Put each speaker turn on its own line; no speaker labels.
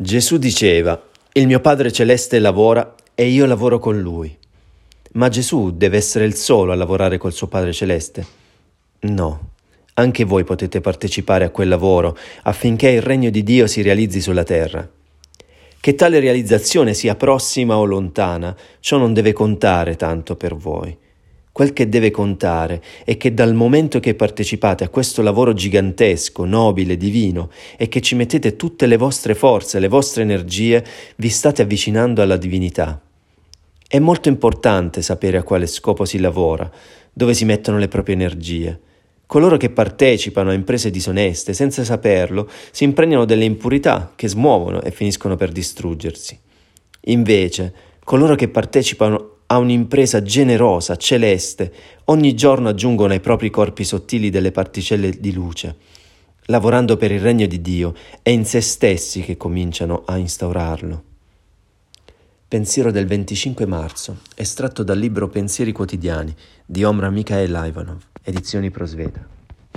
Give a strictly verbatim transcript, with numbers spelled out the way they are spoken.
Gesù diceva: «Il mio Padre Celeste lavora e io lavoro con Lui». Ma Gesù deve essere il solo a lavorare col suo Padre Celeste? No, anche voi potete partecipare a quel lavoro affinché il regno di Dio si realizzi sulla terra. Che tale realizzazione sia prossima o lontana, ciò non deve contare tanto per voi. Quel che deve contare è che dal momento che partecipate a questo lavoro gigantesco, nobile, divino, e che ci mettete tutte le vostre forze, le vostre energie, vi state avvicinando alla divinità. È molto importante sapere a quale scopo si lavora, dove si mettono le proprie energie. Coloro che partecipano a imprese disoneste, senza saperlo, si impregnano delle impurità che smuovono e finiscono per distruggersi. Invece, coloro che partecipano a un'impresa generosa, celeste, ogni giorno aggiungono ai propri corpi sottili delle particelle di luce. Lavorando per il regno di Dio, è in se stessi che cominciano a instaurarlo. Pensiero del venticinque marzo, estratto dal libro Pensieri quotidiani di Omrav Michael Aïvanhov, edizioni Prosveta.